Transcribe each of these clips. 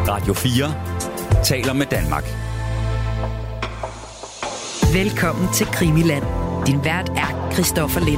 Radio 4 taler med Danmark. Velkommen til Krimiland. Din vært er Christoffer Lind.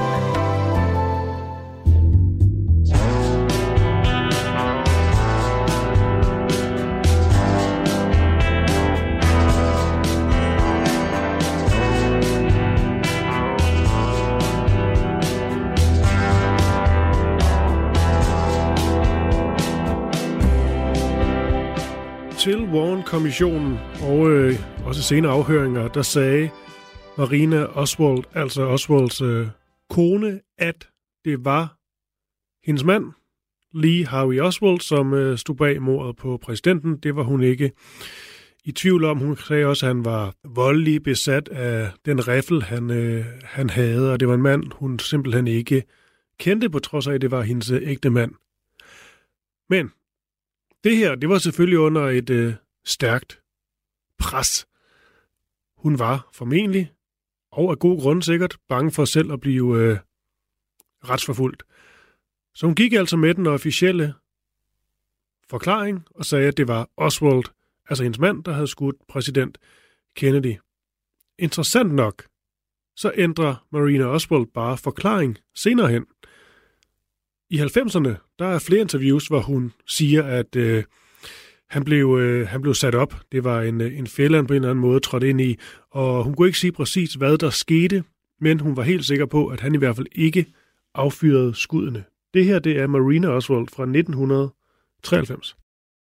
Til Warren-kommissionen og også senere afhøringer, der sagde Marina Oswald, altså Oswalds kone, at det var hendes mand, Lee Harvey Oswald, som stod bag mordet på præsidenten. Det var hun ikke i tvivl om. Hun sagde også, at han var voldelig besat af den riffel, han havde, og det var en mand, hun simpelthen ikke kendte, på trods af, at det var hendes ægte mand. Men det her, det var selvfølgelig under et stærkt pres. Hun var formentlig, og af god grund sikkert, bange for selv at blive retsforfulgt. Så hun gik altså med den officielle forklaring og sagde, at det var Oswald, altså hendes mand, der havde skudt præsident Kennedy. Interessant nok, så ændrer Marina Oswald bare forklaring senere hen. I 90'erne, der er flere interviews, hvor hun siger, at han blev sat op. Det var en fælde, han på en eller anden måde trådte ind i, og hun kunne ikke sige præcis, hvad der skete, men hun var helt sikker på, at han i hvert fald ikke affyrede skuddene. Det her, det er Marina Oswald fra 1993.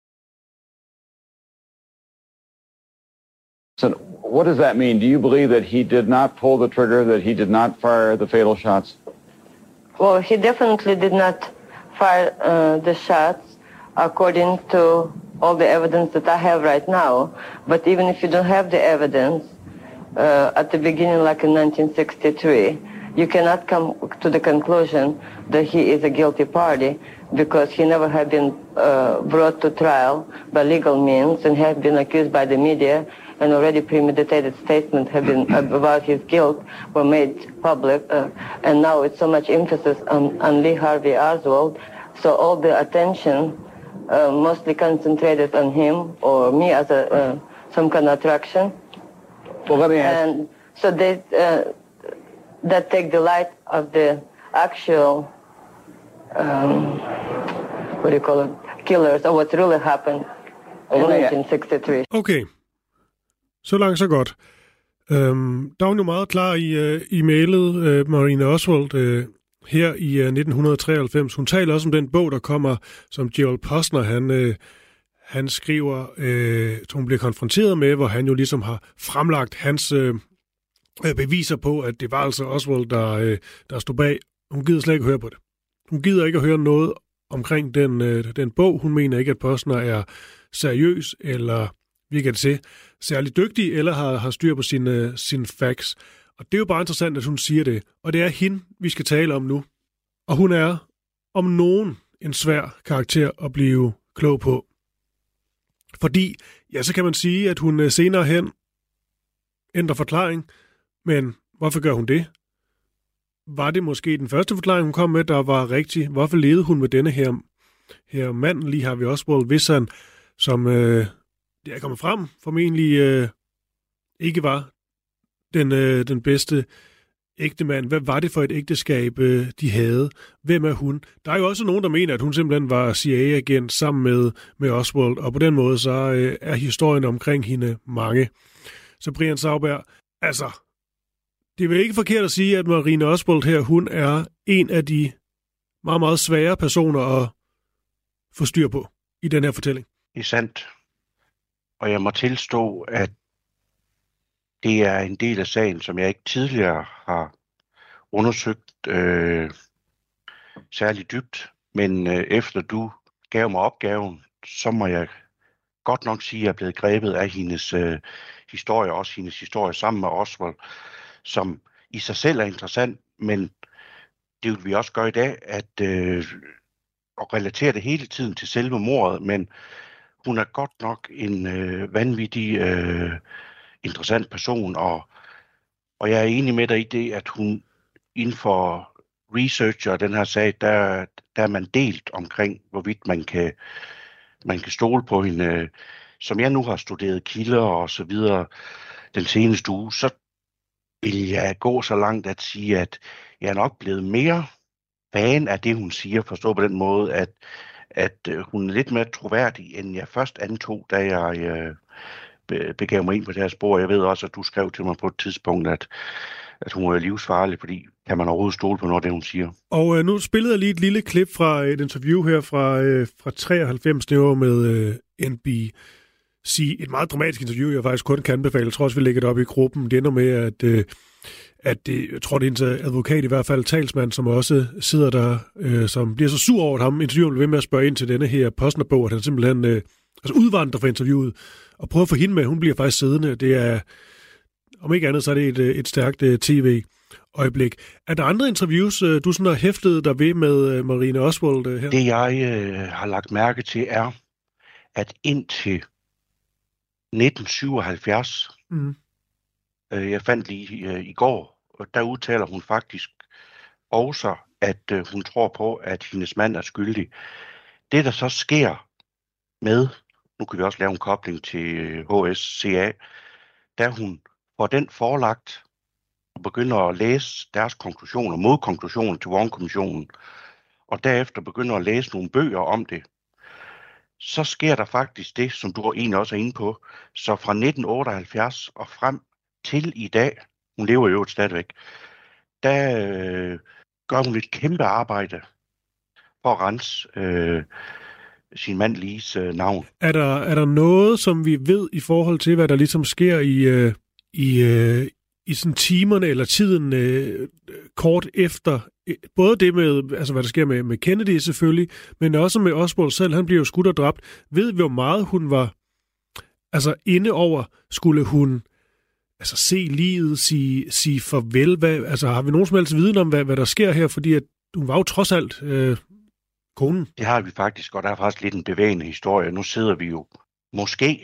So what does that mean? Do you believe that he did not pull the trigger, that he did not fire the fatal shots? Well, he definitely did not fire the shots according to all the evidence that I have right now. But even if you don't have the evidence, at the beginning, like in 1963, you cannot come to the conclusion that he is a guilty party because he never had been brought to trial by legal means and had been accused by the media, and already premeditated statements have been about his guilt were made public, and now it's so much emphasis on Lee Harvey Oswald, so all the attention mostly concentrated on him or me as some kind of attraction. Well, let me ask. And so they that take the light of the actual what do you call it, killers, or what really happened in 1963. Okay. Så langt, så godt. Der var hun jo meget klar i mailet, Marina Oswald, her i 1993. Hun taler også om den bog, der kommer, som Gerald Posner, han skriver, som hun bliver konfronteret med, hvor han jo ligesom har fremlagt hans beviser på, at det var altså Oswald, der stod bag. Hun gider slet ikke høre på det. Hun gider ikke at høre noget omkring den bog. Hun mener ikke, at Posner er seriøs, eller virker det til særlig dygtig, eller har styr på sine facts. Og det er jo bare interessant, at hun siger det. Og det er hende, vi skal tale om nu. Og hun er, om nogen, en svær karakter at blive klog på. Fordi, ja, så kan man sige, at hun senere hen ændrer forklaring. Men hvorfor gør hun det? Var det måske den første forklaring, hun kom med, der var rigtig? Hvorfor levede hun med denne her mand, Lee Harvey Oswald, hvis han, som det er kommet frem, formentlig ikke var den bedste ægte mand. Hvad var det for et ægteskab, de havde? Hvem er hun? Der er jo også nogen, der mener, at hun simpelthen var CIA-agent sammen med Oswald, og på den måde så er historien omkring hende mange. Så Brian Sauberg, altså, det er vel ikke forkert at sige, at Marina Oswald her, hun er en af de meget, meget svære personer at få styr på i den her fortælling. Det er sandt. Og jeg må tilstå, at det er en del af sagen, som jeg ikke tidligere har undersøgt særlig dybt. Men efter du gav mig opgaven, så må jeg godt nok sige, at jeg er blevet grebet af hendes historie, også hendes historie sammen med Oswald, som i sig selv er interessant, men det vil vi også gøre i dag, at relatere det hele tiden til selve mordet, men hun er godt nok en vanvittig interessant person, og jeg er enig med dig i det, at hun inden for researcher den her sag, der er man delt omkring, hvorvidt man kan man kan stole på hende. Som jeg nu har studeret kilder og så videre den seneste uge, så vil jeg gå så langt at sige, at jeg er nok blevet mere fan af det, hun siger, forstå på den måde, at hun er lidt mere troværdig, end jeg først antog, da jeg begav mig ind på det her spor. Jeg ved også, at du skrev til mig på et tidspunkt, at hun er livsfarlig, fordi kan man overhovedet stole på noget, det hun siger. Og nu spillede jeg lige et lille klip fra et interview her fra 93, det var med NBC. Et meget dramatisk interview, jeg faktisk kun kan anbefale. Jeg tror også, vi lægger det op i gruppen. Det ender med, at jeg tror, det er en advokat, i hvert fald talsmand, som også sidder der, som bliver så sur over, at ham interviewen bliver ved med at spørge ind til denne her Posner-bog, at han simpelthen udvandrer fra interviewet og prøver at få hende med. Hun bliver faktisk siddende. Det er, om ikke andet, så er det et stærkt tv-øjeblik. Er der andre interviews, du sådan har hæftet dig ved med Marina Oswald her? Det, jeg har lagt mærke til, er, at indtil 1977, jeg fandt lige i går, og der udtaler hun faktisk også, at hun tror på, at hendes mand er skyldig. Det, der så sker med, nu kan vi også lave en kobling til HSCA, da hun får den forelagt og begynder at læse deres konklusioner, modkonklusioner til Warren-kommissionen, og derefter begynder at læse nogle bøger om det, så sker der faktisk det, som du egentlig også er inde på. Så fra 1978 og frem til i dag, hun lever jo stadigvæk, der gør hun et kæmpe arbejde for at rense sin mand Lees navn. Er der noget, som vi ved i forhold til, hvad der ligesom sker i sådan timerne eller tiden kort efter, både det med, altså hvad der sker med Kennedy selvfølgelig, men også med Oswald selv, han bliver jo skudt og dræbt. Ved vi, hvor meget hun var inde over, skulle hun se livet, sige farvel? Har vi nogen som helst viden om, hvad der sker her? Fordi at hun var jo trods alt konen. Det har vi faktisk, og der er faktisk lidt en bevægende historie. Nu sidder vi jo måske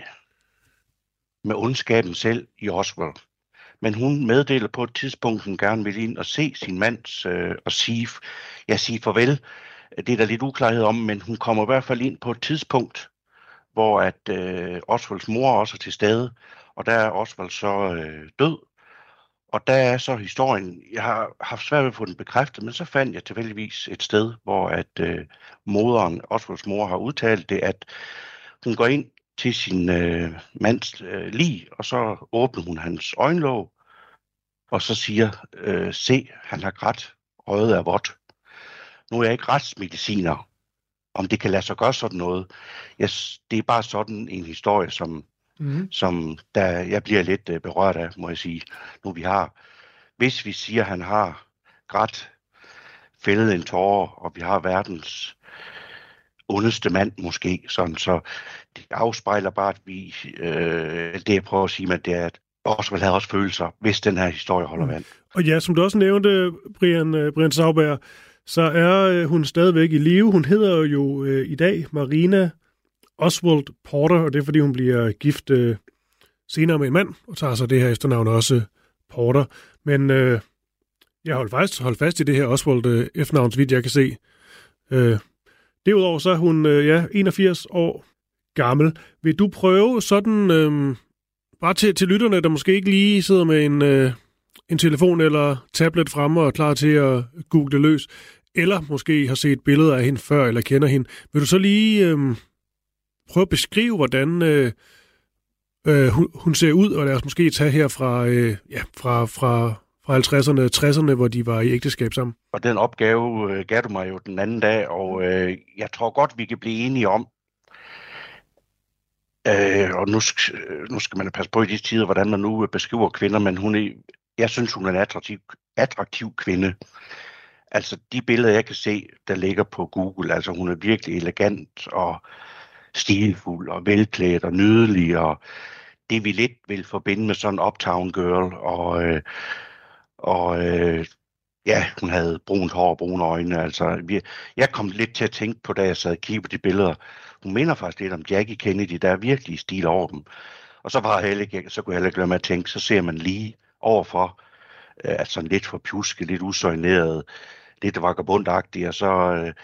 med ondskaben selv i Oswald. Men hun meddeler på et tidspunkt, hun gerne vil ind og se sin mands og sige farvel. Det er der lidt uklarhed om, men hun kommer i hvert fald ind på et tidspunkt, hvor at Oswalds mor også er til stede, og der er Oswald så død. Og der er så historien, jeg har haft svært ved at få den bekræftet, men så fandt jeg tilfældigvis et sted, hvor at moderen, Oswalds mor, har udtalt det, at hun går ind til sin mands lig, og så åbner hun hans øjenlåg, og så siger, se, han har grædt, øjet er vådt. Nu er jeg ikke retsmediciner, om det kan lade sig gøre sådan noget. Det er bare sådan en historie, som jeg bliver lidt berørt af, må jeg sige. Nu vi har, hvis vi siger, at han har grædt, fældet en tårer, og vi har verdens ondeste mand måske, sådan, så det afspejler bare, at vi, det jeg prøver at sige, men det er, at Oswald havde også følelser, hvis den her historie holder vand. Og ja, som du også nævnte, Brian Sauberg, så er hun stadigvæk i live. Hun hedder jo i dag Marina Oswald Porter, og det er, fordi hun bliver gift senere med en mand, og tager så det her efternavn også Porter. Men jeg holdt fast i det her Oswald efternavn, så vidt jeg kan se. Derudover så er hun 81 år gammel. Vil du prøve sådan, bare til lytterne, der måske ikke lige sidder med en telefon eller tablet fremme og er klar til at google løs, eller måske har set billeder af hende før, eller kender hende, vil du så lige prøve at beskrive, hvordan hun ser ud, og lad os måske tage her fra 50'erne, 60'erne, hvor de var i ægteskab sammen. Og den opgave gav du mig jo den anden dag, og jeg tror godt, vi kan blive enige om, og nu skal man passe på i disse tider, hvordan man nu beskriver kvinder, men jeg synes, hun er en attraktiv kvinde. Altså de billeder, jeg kan se, der ligger på Google, altså hun er virkelig elegant og stilfuld og velklædt og nydelig, og det vi lidt vil forbinde med sådan en uptown girl, og hun havde brunt hår og brune øjne. Altså, jeg kom lidt til at tænke på, da jeg sad og kiggede på de billeder. Hun minder faktisk lidt om Jackie Kennedy, der er virkelig stil over dem. Og så kunne jeg heller ikke glemme at tænke, så ser man lige overfor, at sådan lidt for pjuske, lidt usøjneret, lidt vagabundagtigt, og så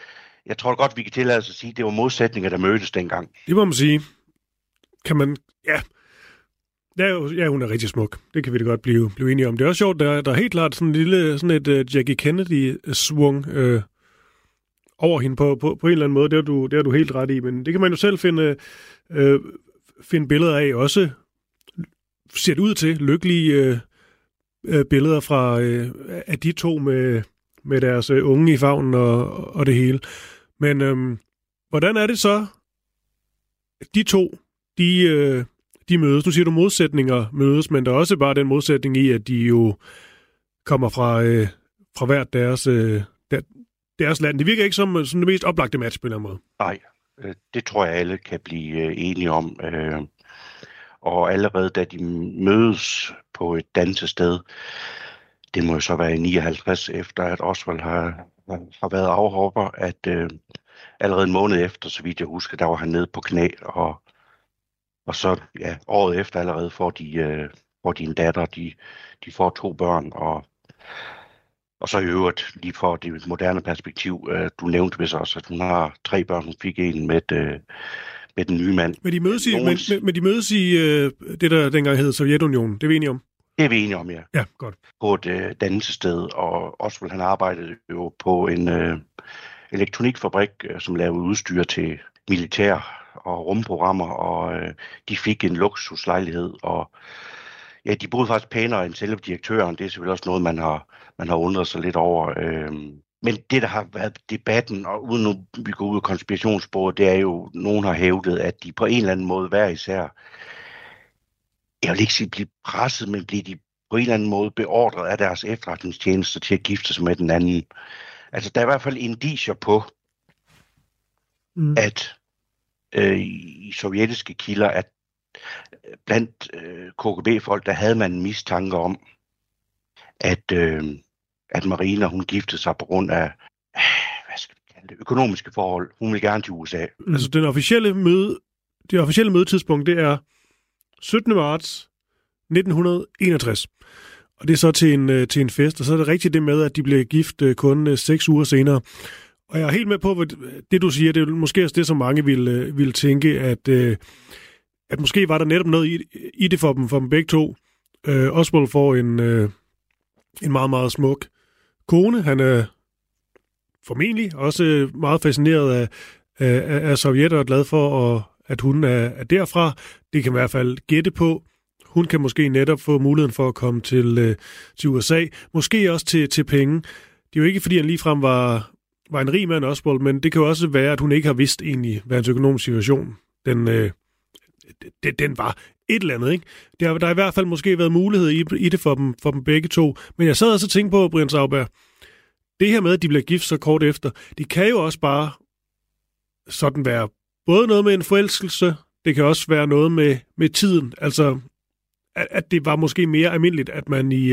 jeg tror godt, vi kan tillade os at sige, at det var modsætninger, der mødtes dengang. Det må man sige. Kan man... Ja. Ja, hun er rigtig smuk. Det kan vi da godt blive enige om. Det er også sjovt, der er helt klart sådan et Jackie Kennedy-svung over hende på en eller anden måde. Det er du helt ret i, men det kan man jo selv finde billeder af. Også ser det ud til lykkelige billeder fra af de to med deres unge i favnen og det hele. Men hvordan er det så, de to, de mødes? Nu siger du modsætninger mødes, men der er også bare den modsætning i, at de jo kommer fra hvert deres land. Det virker ikke som det mest oplagte match på en eller anden måde. Nej, det tror jeg alle kan blive enige om. Og allerede da de mødes på et dansested, det må jo så være i 59, efter at Oswald har været afhopper, at allerede en måned efter, så vidt jeg husker, der var han nede på knæ, og så året efter allerede får de en datter, de får 2 børn, og så i øvrigt, lige for det moderne perspektiv, du nævnte vist også, at hun har 3 børn, hun fik en med den nye mand. Men de mødes i det, der dengang hed Sovjetunionen, det er vi enige om? Det er vi enige om, ja. Ja, godt. På et dannelsessted, og Oswald han arbejdede jo på en elektronikfabrik, som lavede udstyr til militær og rumprogrammer, og de fik en luksuslejlighed, og ja, de boede faktisk pænere end selve direktøren. Det er selvfølgelig også noget, man har undret sig lidt over. Men det, der har været debatten, og uden at vi går ud af konspirationssporet, det er jo, nogen har hævdet, at de på en eller anden måde hver især, jeg vil ikke sige blive presset, men bliver de på en eller anden måde beordret af deres efterretningstjenester til at gifte sig med den anden. Altså, der er i hvert fald indicier på, at i sovjetiske kilder, at blandt KGB-folk, der havde man en mistanke om, at Marina, hun giftede sig på grund af, hvad skal vi kalde det, økonomiske forhold. Hun vil gerne til USA. Altså, det officielle mødetidspunkt, det er 17. marts 1961. Og det er så til en fest, og så er det rigtigt det med, at de blev gift kun 6 uger senere. Og jeg er helt med på, det du siger, det er måske også det, som mange ville tænke, at måske var der netop noget i det for dem begge to. Oswald får en meget, meget smuk kone. Han er formentlig også meget fascineret af Sovjet og glad for, at hun er derfra. Det kan i hvert fald gætte på. Hun kan måske netop få muligheden for at komme til USA. Måske også til penge. Det er jo ikke, fordi han ligefrem var en rig mand, Oswald, men det kan jo også være, at hun ikke har vidst egentlig, hvad hans økonomiske situation den var et eller andet, ikke? Der har i hvert fald måske været mulighed i det for dem begge to. Men jeg sad også og tænkte på, Brian Sauberg, det her med, at de bliver gift så kort efter, det kan jo også bare sådan være både noget med en forelskelse, det kan også være noget med tiden. Altså, at det var måske mere almindeligt, at man i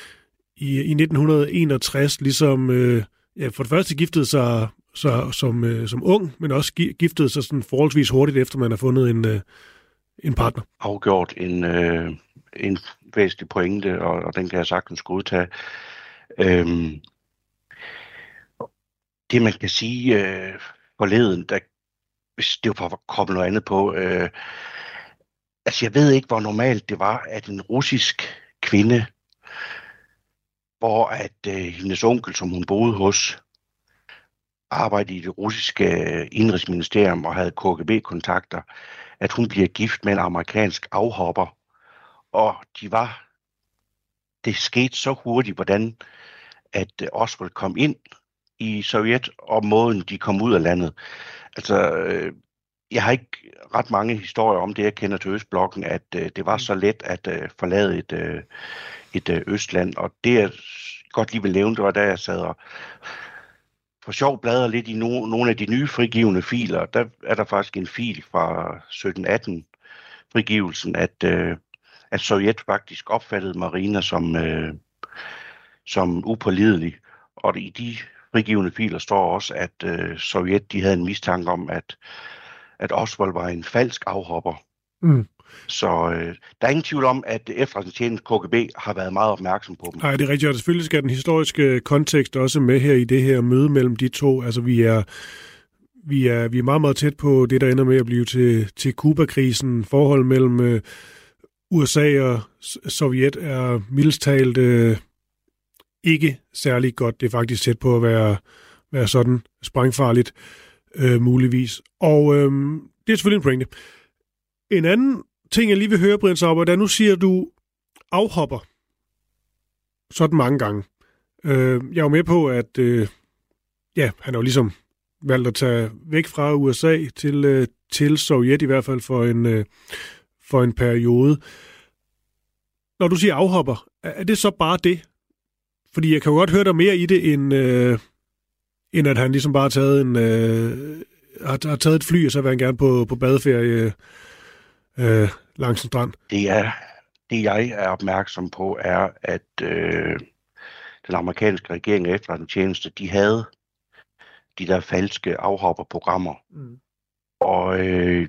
1961 ligesom for det første giftede sig som ung, men også giftede sig sådan forholdsvis hurtigt, efter man har fundet en partner. Afgjort en væsentlig pointe, og den kan jeg sagtens godtage. Det man kan sige forleden, hvis det var kommet noget andet på, altså jeg ved ikke, hvor normalt det var, at en russisk kvinde, hvor at hendes onkel, som hun boede hos, arbejdede i det russiske indrigsministerium og havde KGB-kontakter, at hun bliver gift med en amerikansk afhopper. Og det skete så hurtigt, hvordan at Oswald kom ind i Sovjet, og måden de kom ud af landet. Altså, jeg har ikke ret mange historier om det, jeg kender til Østblokken, at det var så let at forlade et Østland. Og det, jeg godt lige vil nævne, det var da jeg sad og for sjov bladrer lidt i nogle af de nye frigivende filer. Der er der faktisk en fil fra 1718 frigivelsen, at Sovjet faktisk opfattede Marina som upålidelig. Og i de frigivende filer står også, at Sovjet de havde en mistanke om, at Oswald var en falsk afhopper. Mm. Så der er ingen tvivl om, at efterretningstjenesten KGB har været meget opmærksom på dem. Nej, det er rigtigt, og selvfølgelig skal den historiske kontekst også med her i det her møde mellem de to. Altså, vi er vi er meget, meget tæt på det, der ender med at blive til Cuba-krisen. Forhold mellem USA og Sovjet er mildest talt ikke særlig godt. Det er faktisk tæt på at være sådan sprængfarligt, muligvis. Og det er selvfølgelig en pointe. En anden ting, jeg lige vil høre, Brian Sauber, da nu siger du afhopper sådan mange gange. Jeg er jo med på, at han har jo ligesom valgt at tage væk fra USA til Sovjet, i hvert fald for en periode. Når du siger afhopper, er det så bare det? Fordi jeg kan jo godt høre dig mere i det, end at han ligesom bare har taget et fly, og så vil han gerne på badeferie langs en strand. Det jeg er opmærksom på, er, at den amerikanske regering og efterretningstjeneste, de havde de der falske afhopperprogrammer. Mm. Og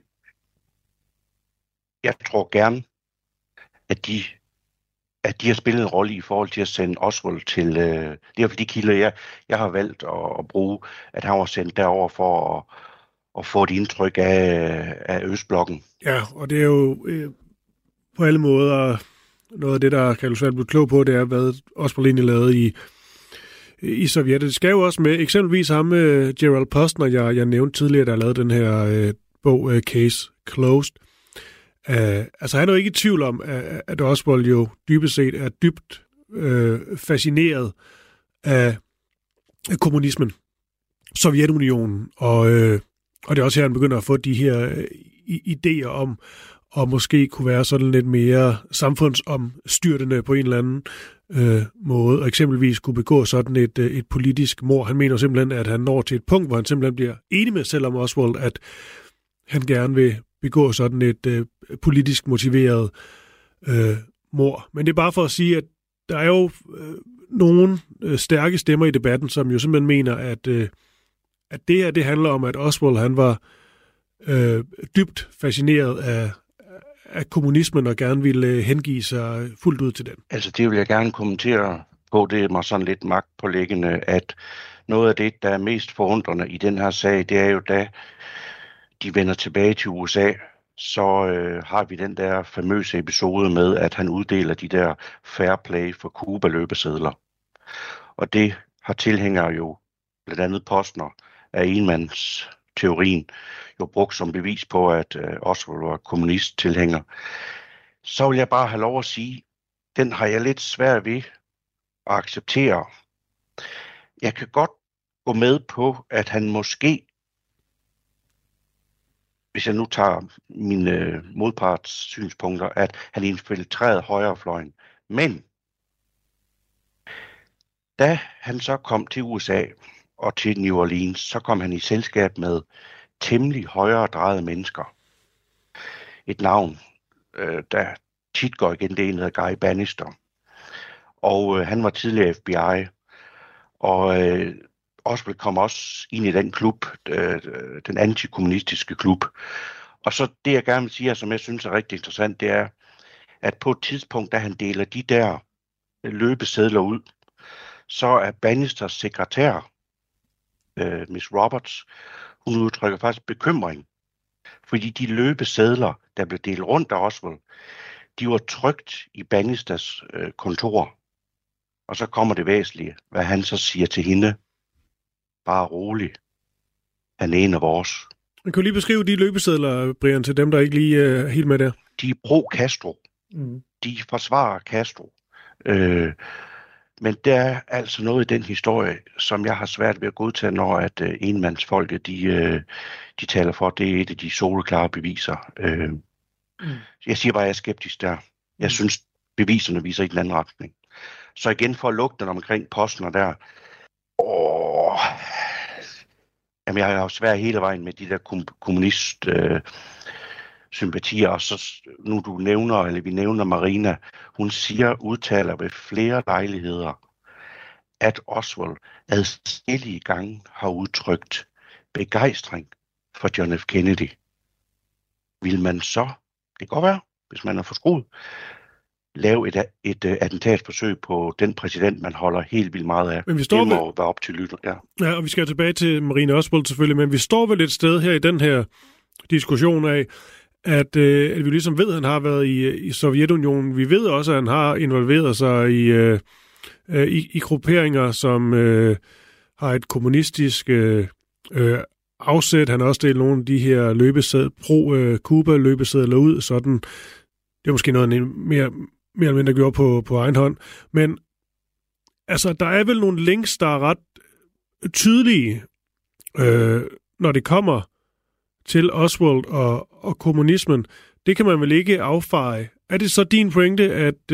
jeg tror gerne, at de har spillet en rolle i forhold til at sende Oswald til... det er for de kilder, jeg har valgt at bruge, at han var sendt derover for at få et indtryk af Østblokken. Ja, og det er jo på alle måder noget af det, der kan du svært blive klog på, det er, hvad Oswald egentlig lavede i Sovjet. Det skal jo også med eksempelvis ham, Gerald Posner, jeg nævnte tidligere, der lavede den her bog, Case Closed. Altså han er jo ikke i tvivl om, at Oswald jo dybest set er dybt fascineret af kommunismen, Sovjetunionen, og det er også her, han begynder at få de her idéer om, og måske kunne være sådan lidt mere samfundsomstyrtende på en eller anden måde, og eksempelvis kunne begå sådan et politisk mord. Han mener simpelthen, at han når til et punkt, hvor han simpelthen bliver enig med selv om Oswald, at han gerne vil begå sådan et politisk motiveret mord. Men det er bare for at sige, at der er jo nogle stærke stemmer i debatten, som jo simpelthen mener, at det her, det handler om, at Oswald, han var dybt fascineret af kommunismen og gerne ville hengive sig fuldt ud til den. Altså det vil jeg gerne kommentere på, det er mig sådan lidt magtpålæggende, at noget af det, der er mest forundrende i den her sag, det er jo, da de vender tilbage til USA, så har vi den der famøse episode med, at han uddeler de der fair play for Cuba-løbesedler. Og det har tilhængere jo, blandt andet Posner, af enmandsteorien, jo brugt som bevis på, at Oswald var kommunist-tilhænger. Så vil jeg bare have lov at sige, den har jeg lidt svært ved at acceptere. Jeg kan godt gå med på, at han måske, hvis jeg nu tager mine modparts synspunkter, at han infiltrerede højrefløjen. Men da han så kom til USA og til New Orleans, så kom han i selskab med temmelig højredrejede mennesker. Et navn, der tit går igen, det ene hedder Guy Bannister. Og han var tidligere FBI. Og Oswald kom også ind i den klub, den antikommunistiske klub. Og så det, jeg gerne vil sige, som jeg synes er rigtig interessant, det er, at på et tidspunkt, da han deler de der løbesedler ud, så er Bannisters sekretær, Miss Roberts, hun udtrykker faktisk bekymring, fordi de løbesedler, der blev delt rundt af Oswald, de var trykt i Bannisters kontor. Og så kommer det væsentlige, hvad han så siger til hende. Bare rolig. Han er en af vores. Man kan lige beskrive de løbesedler, Brian, til dem, der ikke lige er helt med der. De er pro-Castro. Mm. De forsvarer Castro. Men der er altså noget i den historie, som jeg har svært ved at godtage, når at enmandsfolket, de taler for, det er et af de soleklare beviser. Jeg siger bare, at jeg er skeptisk der. Jeg synes, beviserne viser i den anden retning. Så igen for at lukke den omkring Posner der. Jamen, jeg har jo svært hele vejen med de der kommunist-sympatier. Og så nu vi nævner Marina, hun udtaler ved flere lejligheder, at Oswald adskillige gange har udtrykt begejstring for John F. Kennedy. Vil man så, det kan godt være, hvis man er forskruet, lave et attentatforsøg på den præsident, man holder helt vildt meget af. Men vi står det må være op til lytter, ja. Ja, og vi skal tilbage til Marina Oswald selvfølgelig, men vi står vel et sted her i den her diskussion af, at vi ligesom ved, at han har været i Sovjetunionen. Vi ved også, at han har involveret sig i grupperinger, som har et kommunistisk afsæt. Han har også delt nogle af de her pro-Cuba-løbesedler ud, sådan. Det er måske noget, mere eller mindre gjorde på egen hånd. Men altså, der er vel nogle links, der er ret tydelige, når det kommer til Oswald og kommunismen. Det kan man vel ikke affeje. Er det så din pointe,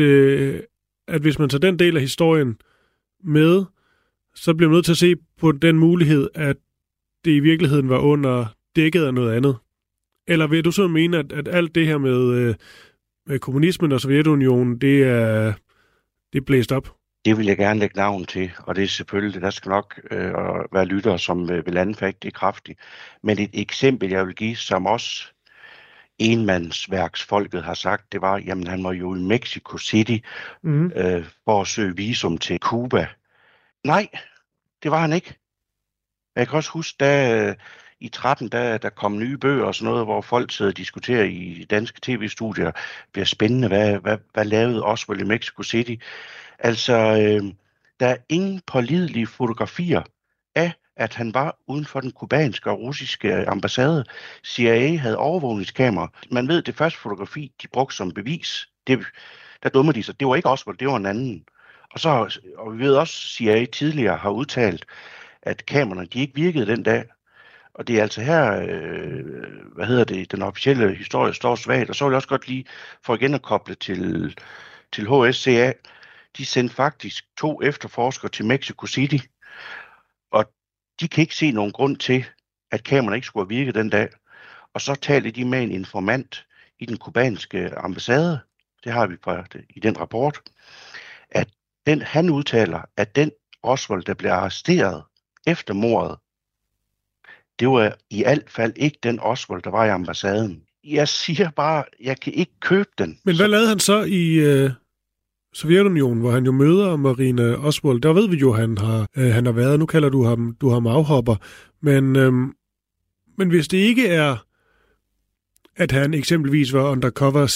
at hvis man tager den del af historien med, så bliver man nødt til at se på den mulighed, at det i virkeligheden var under dækket af noget andet? Eller vil du så mene, at alt det her med kommunismen og Sovjetunionen, det er blæst op? Det vil jeg gerne lægge navn til, og det er selvfølgelig, der skal nok være lyttere, som vil anfægte det kraftigt. Men et eksempel, jeg vil give, som også enmandsværksfolket har sagt, det var, jamen han var jo i Mexico City for at søge visum til Cuba. Nej, det var han ikke. Jeg kan også huske, da i 13, der kom nye bøger og sådan noget, hvor folk sidder og diskuterer i danske tv-studier. Det bliver spændende, hvad lavede Oswald i Mexico City? Altså, der er ingen pålidelige fotografier af, at han var uden for den kubanske og russiske ambassade. CIA havde overvågningskamera. Man ved, det første fotografi, de brugte som bevis, der dummer de sig. Det var ikke Oswald, det var en anden. Og vi ved også, at CIA tidligere har udtalt, at kameraerne, de ikke virkede den dag. Og det er altså her, den officielle historie står svagt. Og så vil jeg også godt lige for igen at koble til HSCA. De sendte faktisk 2 efterforskere til Mexico City. Og de kan ikke se nogen grund til, at kameraerne ikke skulle have virket den dag. Og så talte de med en informant i den kubanske ambassade. Det har vi i den rapport. At han udtaler, at den Oswald, der blev arresteret efter mordet, det var i alt fald ikke den Oswald, der var i ambassaden. Jeg siger bare, jeg kan ikke købe den. Men hvad lavede han så i Sovjetunionen, hvor han jo møder Marina Oswald? Der ved vi jo, han har været. Nu kalder du ham afhopper. Men hvis det ikke er, at han eksempelvis var undercover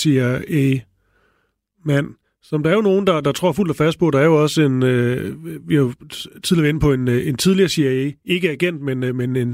CIA-mand, som der er jo nogen, der tror fuldt og fast på, der er jo også vi har jo tidligere været inde på en tidligere CIA, ikke agent, men en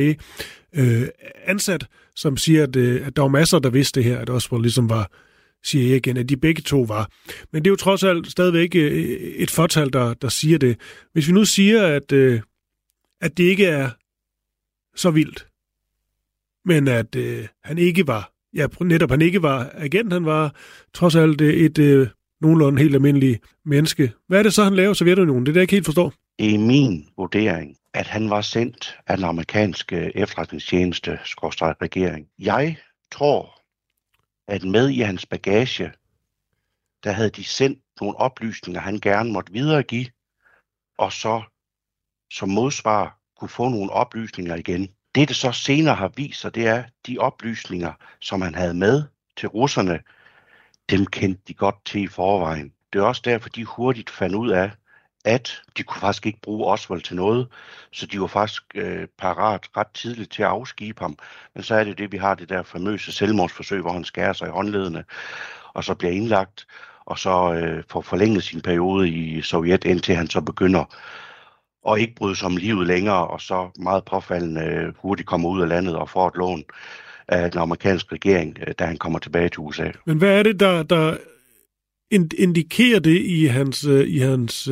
CIA-ansat, som siger, at der var masser, der vidste det her, at Oswald ligesom var CIA-agent, at de begge to var. Men det er jo trods alt stadigvæk et fortal, der siger det. Hvis vi nu siger, at det ikke er så vildt, men at han ikke var, han ikke var agent, han var trods alt et nogenlunde helt almindelig menneske. Hvad er det så, han laver i Sovjetunionen? Det er det, jeg ikke helt forstår. Det er min vurdering, at han var sendt af den amerikanske efterretningstjeneste /regering. Jeg tror, at med i hans bagage, der havde de sendt nogle oplysninger, han gerne måtte videregive, og så som modsvar kunne få nogle oplysninger igen. Det så senere har vist sig, det er de oplysninger, som han havde med til russerne, dem kendte de godt til i forvejen. Det er også derfor, de hurtigt fandt ud af, at de kunne faktisk ikke bruge Oswald til noget, så de var faktisk parat ret tidligt til at afskibe ham. Men så er det, vi har det der famøse selvmordsforsøg, hvor han skærer sig i håndledene, og så bliver indlagt, og så får forlænget sin periode i Sovjet, indtil han så begynder at ikke bryde sig om livet længere, og så meget påfaldende hurtigt kommer ud af landet og får et lån af den amerikanske regering, da han kommer tilbage til USA. Men hvad er det, der indikerer det i hans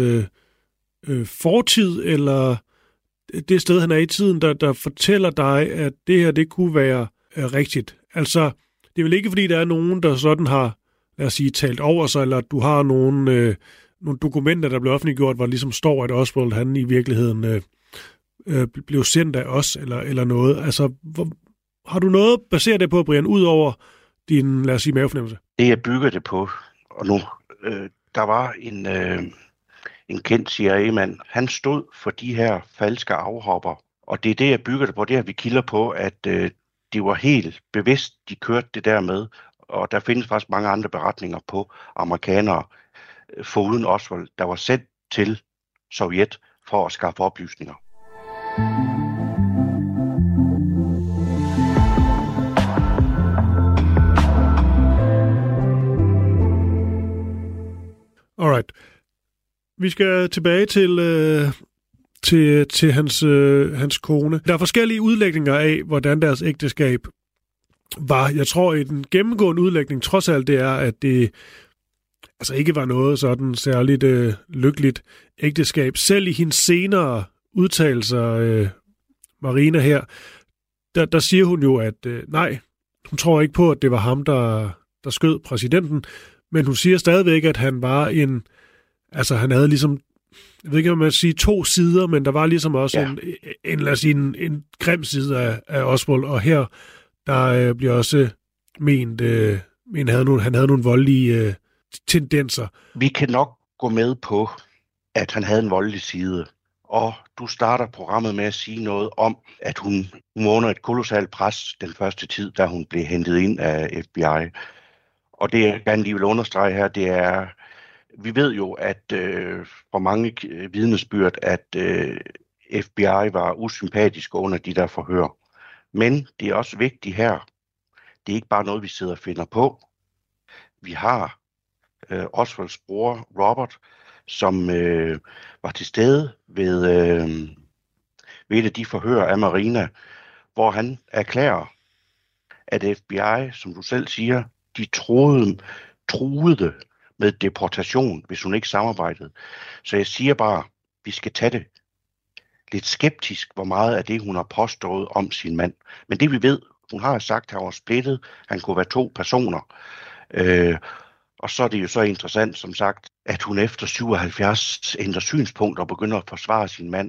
fortid, eller det sted, han er i tiden, der fortæller dig, at det her, det kunne være rigtigt? Altså, det er vel ikke, fordi der er nogen, der sådan har, lad os sige, talt over sig, eller at du har nogle dokumenter, der blev offentliggjort, hvor ligesom står, at Oswald, han i virkeligheden blev sendt af os, eller noget. Altså, har du noget baseret det på, Brian, ud over din, lad os sige, mavefornemmelse? Det, jeg bygger det på, og nu, der var en kendt CIA-mand, han stod for de her falske afhopper, og det er det, jeg bygger det på, det har vi kilder på, at det var helt bevidst, de kørte det der med Og der findes faktisk mange andre beretninger på amerikanere foruden Oswald, der var sendt til Sovjet for at skaffe oplysninger. Alright. Vi skal tilbage til hans kone. Der er forskellige udlægninger af, hvordan deres ægteskab var. Jeg tror, at en gennemgående udlægning trods alt det er, at det altså ikke var noget sådan særligt lykkeligt ægteskab. Selv i hendes senere udtalelser, Marina her, der siger hun jo, at nej, hun tror ikke på, at det var ham, der skød præsidenten, men hun siger stadigvæk, at han var han havde ligesom, jeg ved ikke, om man skal sige 2 sider, men der var ligesom også en grim side af Oswald, og her der bliver også ment, han havde nogle voldelige tendenser. Vi kan nok gå med på, at han havde en voldelig side, og du starter programmet med at sige noget om, at hun var under et kolossalt pres den første tid, da hun blev hentet ind af FBI. Og det, jeg gerne lige vil understrege her, det er, vi ved jo, at for mange vidnesbyrd, at FBI var usympatiske under de der forhør. Men det er også vigtigt her, det er ikke bare noget, vi sidder og finder på. Vi har Oswalds bror, Robert, som var til stede ved et af de forhør af Marina, hvor han erklærer, at FBI, som du selv siger, de truede med deportation, hvis hun ikke samarbejdede. Så jeg siger bare, vi skal tage det lidt skeptisk, hvor meget af det, hun har påstået om sin mand. Men det vi ved, hun har sagt, at han var splittet, han kunne være 2 personer. Og så er det jo så interessant, som sagt, at hun efter 77 ændrer synspunkt og begynder at forsvare sin mand.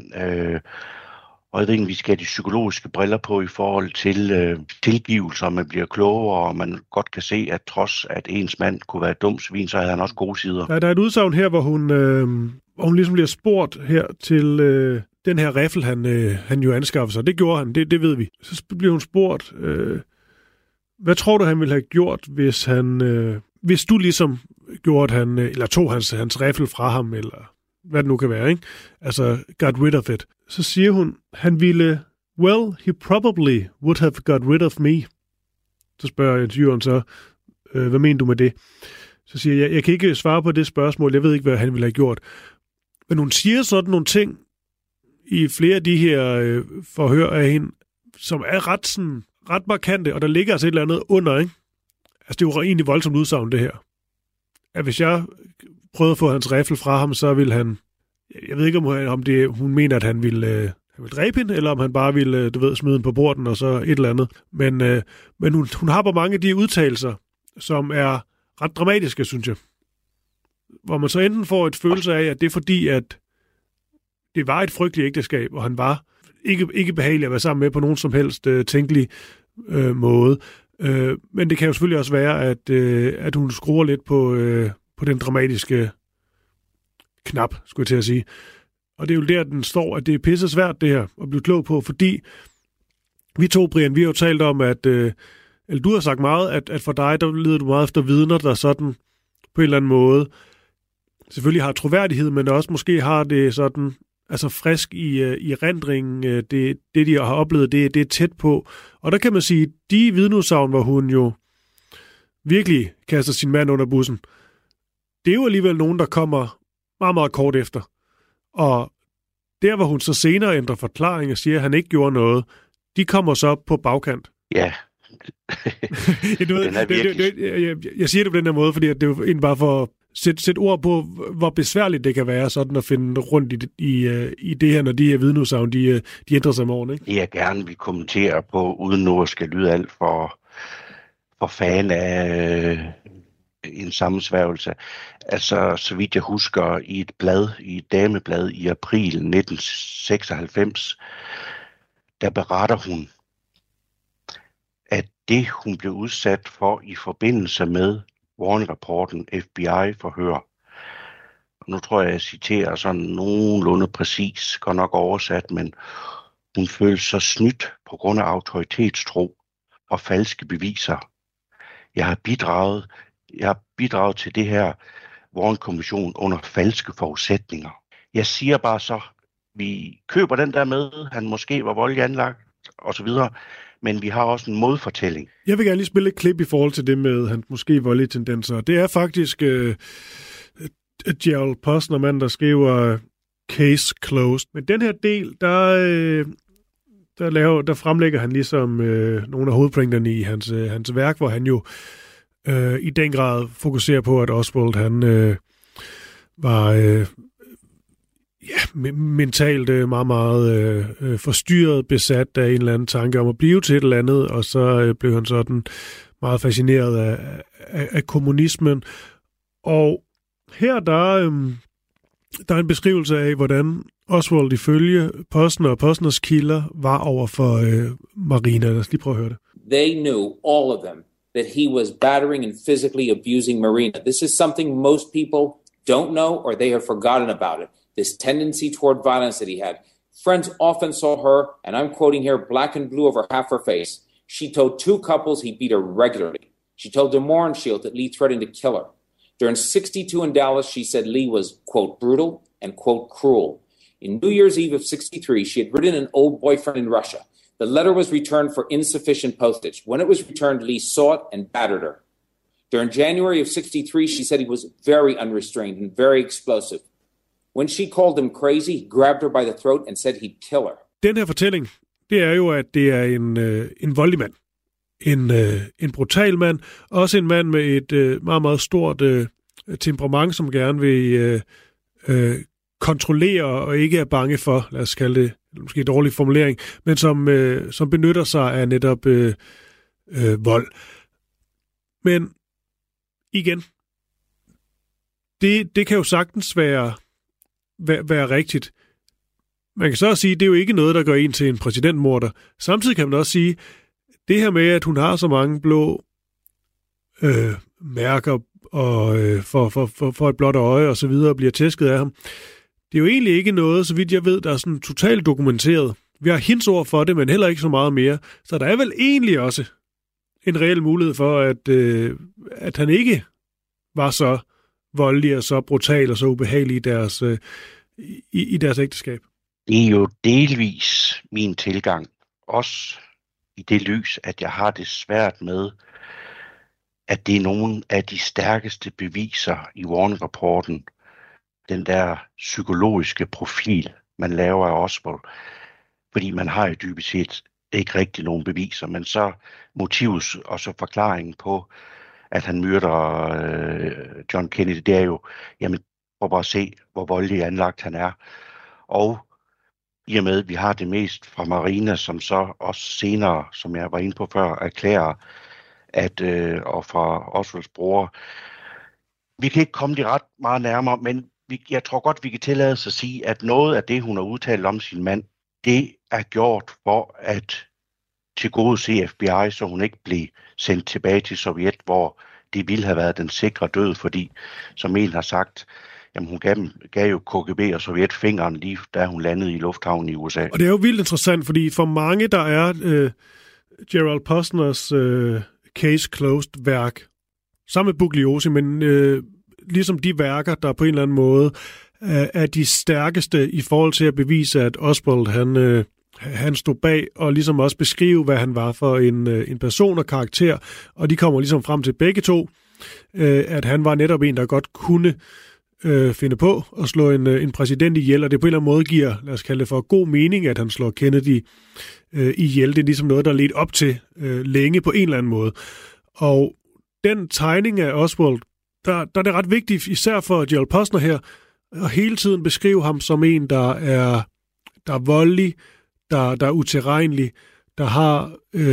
Og jeg ved ikke, vi skal have de psykologiske briller på i forhold til tilgivelser, man bliver klogere, og man godt kan se, at trods at ens mand kunne være et dumt svin, så havde han også gode sider. Ja, der er et udsagn her, hvor hun ligesom bliver spurgt her til den her riffel, han jo anskaffer sig. Det gjorde han, det ved vi. Så bliver hun spurgt, hvad tror du, han ville have gjort, hvis du ligesom gjorde, eller tog hans riffel fra ham, eller hvad det nu kan være, ikke? Altså, got rid of it. Så siger hun, han ville, he probably would have got rid of me. Så spørger intervieweren så, hvad mener du med det? Så siger jeg kan ikke svare på det spørgsmål, jeg ved ikke, hvad han ville have gjort. Men hun siger sådan nogle ting i flere af de her forhør af hende, som er ret markante, og der ligger altså et eller andet under, ikke? Altså, det er jo egentlig voldsomt udsagn, det her. At hvis jeg prøvede at få hans riffel fra ham, så ville han, jeg ved ikke, om hun mener, at han ville dræbe hende, eller om han bare ville, smide hende på porten, og så et eller andet. Men hun har på mange af de udtalelser, som er ret dramatiske, synes jeg. Hvor man så enten får et følelse af, at det er fordi, at det var et frygteligt ægteskab, og han var ikke behagelig at være sammen med på nogen som helst tænkelig måde. Men det kan jo selvfølgelig også være, at hun skruer lidt på den dramatiske knap, skulle jeg til at sige. Og det er jo der, den står, at det er pisse svært, det her, at blive klog på, fordi vi to, Brian, vi har jo talt om, eller du har sagt meget, at for dig, der leder du meget efter vidner, der sådan på en eller anden måde selvfølgelig har troværdighed, men også måske har det sådan, altså frisk i erindringen, det de har oplevet, det er tæt på. Og der kan man sige, de vidneudsagn, hvor hun jo virkelig kaster sin mand under bussen, det er jo alligevel nogen, der kommer meget, meget kort efter. Og der, hvor hun så senere ændrer forklaring og siger, at han ikke gjorde noget, de kommer så på bagkant. Ja. Jeg siger det på den her måde, fordi det er jo egentlig bare for at sætte ord på, hvor besværligt det kan være sådan at finde rundt i det her, når de her vidneudsagn, de ændrer sig om årene, ikke? Det jeg gerne vil kommentere på, uden nu at skal lyde alt for fan af en sammensværgelse. Altså, så vidt jeg husker, i et dameblad i april 1996, der beretter hun, at det, hun blev udsat for i forbindelse med Warren-rapporten, FBI-forhør. Nu tror jeg citerer sådan nogenlunde præcis, godt nok oversat, men hun følte sig snydt på grund af autoritetstro og falske beviser. Jeg har bidraget til det her Warren-kommission under falske forudsætninger. Jeg siger bare så, vi køber den der med, han måske var voldelig anlagt osv., men vi har også en modfortælling. Jeg vil gerne lige spille et klip i forhold til det med hans måske voldelige tendenser. Det er faktisk Gerald Posner, mand, der skriver Case Closed. Men den her del, der fremlægger han ligesom nogle af hovedpointerne i hans værk, hvor han jo i den grad fokuserer på, at Oswald han var mentalt meget, meget forstyrret, besat af en eller anden tanke om at blive til et eller andet, og så blev han sådan meget fascineret af kommunismen. Og her der er en beskrivelse af, hvordan Oswald ifølge Posner og Posners kilder var over for Marina. Lad os lige prøve at høre det. They knew, all of them, that he was battering and physically abusing Marina. This is something most people don't know, or they have forgotten about it. This tendency toward violence that he had. Friends often saw her, and I'm quoting here, black and blue over half her face. She told 2 couples he beat her regularly. She told Des Moines Shield that Lee threatened to kill her. During 62 in Dallas, she said Lee was, quote, brutal and, quote, cruel. In New Year's Eve of 63, she had written an old boyfriend in Russia. The letter was returned for insufficient postage. When it was returned, Lee saw it and battered her. During January of 63, she said he was very unrestrained and very explosive. When she called him crazy, he grabbed her by the throat and said he'd kill her. Den her fortælling, det er jo, at det er en voldelig mand. En brutal mand. Også en mand med et meget, meget stort temperament, som gerne vil kontrollere og ikke er bange for, lad os kalde det, måske en dårlig formulering, men som benytter sig af netop vold. Men igen, det kan jo sagtens være rigtigt. Man kan så også sige, at det er jo ikke noget, der gør en til en præsidentmorder. Samtidig kan man også sige, det her med, at hun har så mange blå mærker og for et blåt øje og så videre, bliver tæsket af ham, det er jo egentlig ikke noget, så vidt jeg ved, der er sådan totalt dokumenteret. Vi har hints ord for det, men heller ikke så meget mere. Så der er vel egentlig også en reel mulighed for, at han ikke var så voldelig og så brutal og så ubehagelig i deres ægteskab. Det er jo delvis min tilgang, også i det lys, at jeg har det svært med, at det er nogle af de stærkeste beviser i Warren-rapporten, den der psykologiske profil, man laver af Oswald. Fordi man har jo dybest set ikke rigtig nogen beviser, men så motivs og så forklaringen på, at han myrder John Kennedy, det er jo, jamen, prøv bare at se, hvor voldelig anlagt han er. Og i og med, at vi har det mest fra Marina, som så også senere, som jeg var inde på før, erklærer, at, og fra Oswalds bror, vi kan ikke komme det ret meget nærmere, men jeg tror godt, vi kan tillade os at sige, at noget af det, hun har udtalt om sin mand, det er gjort for at tilgodese FBI, så hun ikke blev sendt tilbage til Sovjet, hvor det ville have været den sikre død, fordi, som en har sagt, jamen hun gav jo KGB og Sovjet fingeren lige da hun landede i lufthavnen i USA. Og det er jo vildt interessant, fordi for mange, der er Gerald Posners Case Closed-værk, sammen med Bugliosi, men ligesom de værker, der på en eller anden måde er de stærkeste i forhold til at bevise, at Oswald han stod bag, og ligesom også beskrive, hvad han var for en person og karakter, og de kommer ligesom frem til begge to, at han var netop en, der godt kunne finde på at slå en præsident ihjel, og det på en eller anden måde giver, lad os kalde det for, god mening, at han slår Kennedy ihjel. Det er ligesom noget, der er ledt op til længe på en eller anden måde. Og den tegning af Oswald, der er det ret vigtigt, især for Gerald Posner her, at hele tiden beskrive ham som en, der er voldelig, der er utilregnelig, der har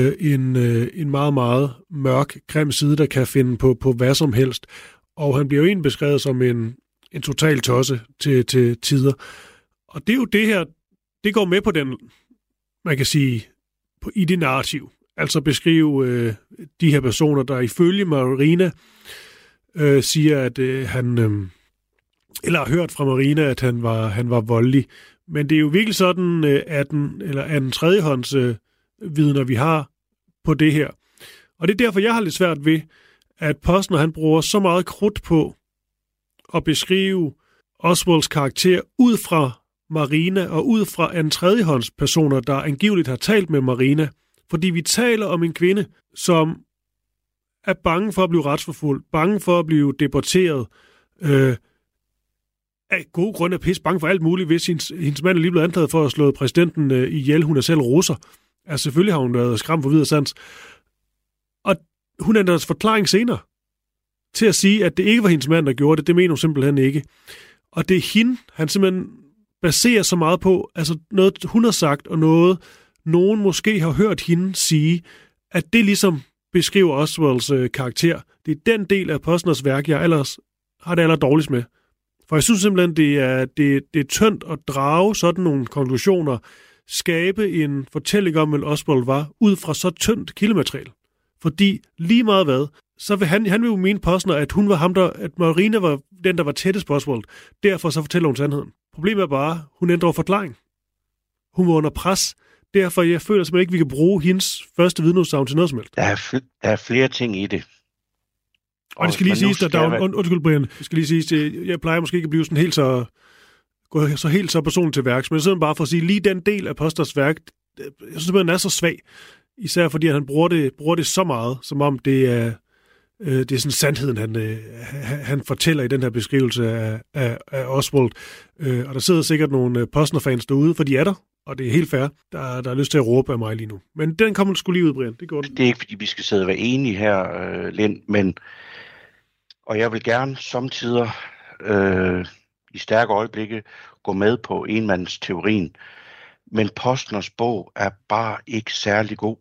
en meget, meget mørk, grim side, der kan finde på hvad som helst. Og han bliver jo egentlig beskrevet som en total tosse til tider. Og det er jo det her, det går med på den, man kan sige, i det narrativ. Altså beskrive de her personer, der ifølge Marina siger, at han, eller har hørt fra Marina, at han var voldelig. Men det er jo virkelig sådan, at den tredjehånds vidner, vi har på det her. Og det er derfor, jeg har lidt svært ved at Posner han bruger så meget krudt på at beskrive Oswalds karakter ud fra Marina og ud fra en tredjehåndspersoner, der angiveligt har talt med Marina. Fordi vi taler om en kvinde, som er bange for at blive retsforfulgt, bange for at blive deporteret, af gode grunde er pisse bange for alt muligt, hvis hendes mand er lige blevet anklaget for at have slået præsidenten ihjel. Hun er selv russer. Altså selvfølgelig har hun været skræmt for videre sans. Og hun ændrer forklaring senere til at sige, at det ikke var hendes mand, der gjorde det. Det mener hun simpelthen ikke. Og det er hende, han simpelthen baserer så meget på, altså noget hun har sagt, og noget nogen måske har hørt hende sige, at det ligesom beskriver Oswalds karakter. Det er den del af Posners værk, jeg ellers har det aller dårligst med. For jeg synes simpelthen, det er tyndt at drage sådan nogle konklusioner, skabe en fortælling om, hvad Oswald var, ud fra så tyndt kildemateriale. Fordi lige meget hvad, så vil han vil jo mene Posner, at hun var ham, at Marina var den, der var tættest på Oswald. Derfor så fortæller hun sandheden. Problemet er bare, hun ændrer forklaring. Hun var under pres. Derfor jeg føler simpelthen ikke, vi kan bruge hendes første vidneudsagn til noget som helst. Der er flere ting i det. Og det skal lige siges, undskyld Brian, det skal lige siges, jeg plejer måske ikke at blive sådan helt så personligt til værks, men jeg sidder bare for at sige, lige den del af Posters værk, jeg synes simpelthen, den er så svag, især fordi han bruger det så meget, som om det er sådan sandheden, han fortæller i den her beskrivelse af Oswald. Og der sidder sikkert nogle Posner-fans derude, for de er der, og det er helt fair, der er lyst til at råbe af mig lige nu. Men den kommer sgu lige ud, Brian. Det går den. Det er ikke, fordi vi skal sidde og være enige her, Lind, men og jeg vil gerne samtidig i stærke øjeblikke gå med på enmandsteorien, men Posners bog er bare ikke særlig god.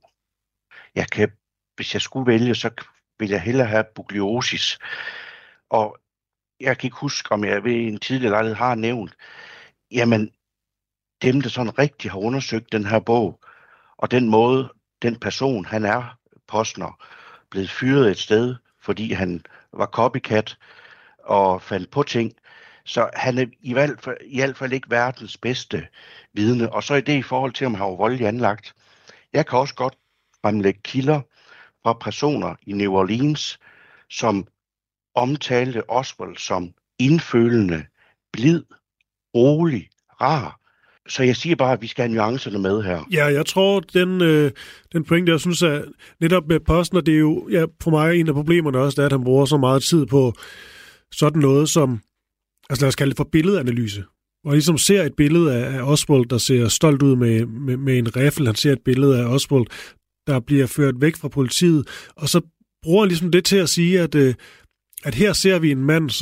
Hvis jeg skulle vælge, så vil jeg hellere have Bugliosis. Og jeg kan ikke huske, om jeg ved en tidligere lejlighed har nævnt, jamen dem, der sådan rigtig har undersøgt den her bog, og den måde, den person, han er, Posner, blevet fyret et sted, fordi han var copycat og fandt på ting. Så han er i hvert fald ikke verdens bedste vidne. Og så er det i forhold til, om han var voldelig anlagt. Jeg kan også godt fremlægge kilder fra personer i New Orleans, som omtalte Oswald som indfølende, blid, rolig, rar. Så jeg siger bare, at vi skal have nuancerne med her. Ja, jeg tror, den pointe, jeg synes, at netop med Posner, det er jo for mig en af problemerne også, at han bruger så meget tid på sådan noget som, altså lad os kalde det for billedanalyse. Hvor han ligesom ser et billede af Oswald, der ser stolt ud med en riffel. Han ser et billede af Oswald, der bliver ført væk fra politiet. Og så bruger han ligesom det til at sige, at her ser vi en mand,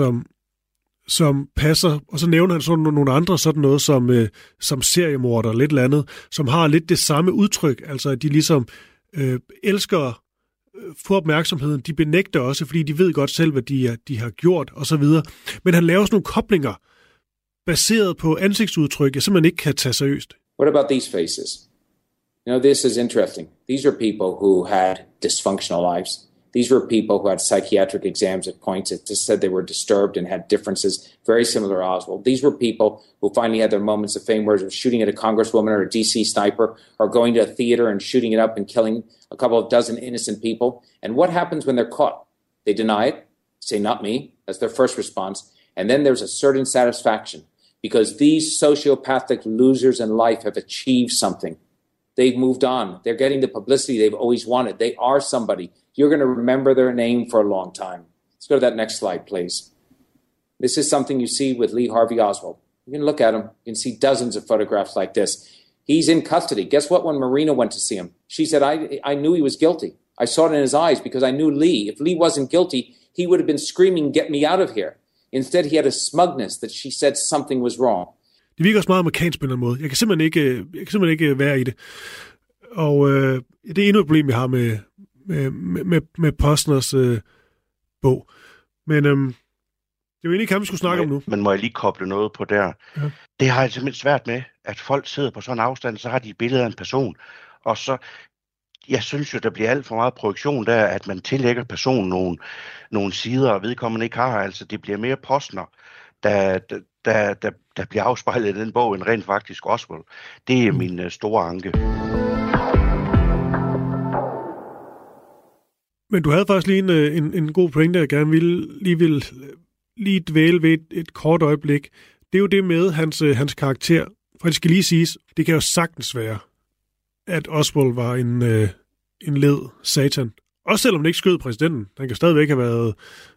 som passer, og så nævner han sådan nogle andre sådan noget som seriemorder, lidt eller andet, som har lidt det samme udtryk, altså at de ligesom elsker få opmærksomheden, de benægter også, fordi de ved godt selv, hvad de har gjort, og så videre. Men han laver sådan nogle koblinger, baseret på ansigtsudtryk, jeg simpelthen ikke kan tage seriøst. What about these faces? You know, this is interesting. These are people who had dysfunctional lives. These were people who had psychiatric exams at points that just said they were disturbed and had differences very similar to Oswald. These were people who finally had their moments of fame, where shooting at a congresswoman or a DC sniper, or going to a theater and shooting it up and killing a couple of dozen innocent people. And what happens when they're caught? They deny it, say, not me. That's their first response. And then there's a certain satisfaction because these sociopathic losers in life have achieved something. They've moved on. They're getting the publicity they've always wanted. They are somebody. You're going to remember their name for a long time. Let's go to that next slide, please. This is something you see with Lee Harvey Oswald. You can look at him. You can see dozens of photographs like this. He's in custody. Guess what? When Marina went to see him, she said, I knew he was guilty. I saw it in his eyes because I knew Lee. If Lee wasn't guilty, he would have been screaming, get me out of here. Instead, he had a smugness that she said something was wrong. Det virker også meget amerikansk på en måde. Jeg kan simpelthen ikke være i det. Og det er endnu et problem, jeg har med Posners bog. Men det er jo egentlig, vi skulle snakke om nu. Men må jeg lige koble noget på der? Ja. Det har jeg simpelthen svært med, at folk sidder på sådan en afstand, så har de et billede af en person. Og så, jeg synes jo, der bliver alt for meget projektion der, at man tillægger personen nogle sider, og vedkommende ikke har. Altså, det bliver mere Posner, der bliver afspejlet i den bog, end rent faktisk Oswald. Det er min store anke. Men du havde faktisk lige en god pointe, jeg gerne ville lige dvæle ved et kort øjeblik. Det er jo det med hans karakter. For det skal lige siges, det kan jo sagtens være, at Oswald var en led satan. Også selvom han ikke skød præsidenten. Han kan stadigvæk have været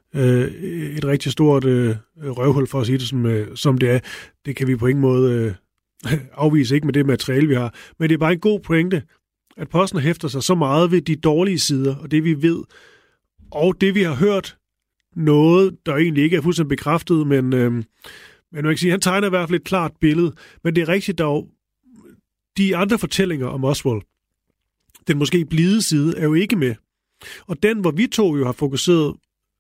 et rigtig stort røvhul, for at sige det som det er. Det kan vi på ingen måde afvise, ikke med det materiale, vi har. Men det er bare en god pointe, at Posner hæfter sig så meget ved de dårlige sider, og det vi ved, og det vi har hørt, noget, der egentlig ikke er fuldstændig bekræftet, men man kan sige, han tegner i hvert fald et klart billede. Men det er rigtigt dog, de andre fortællinger om Oswald, den måske blide side, er jo ikke med. Og den, hvor vi to jo har fokuseret,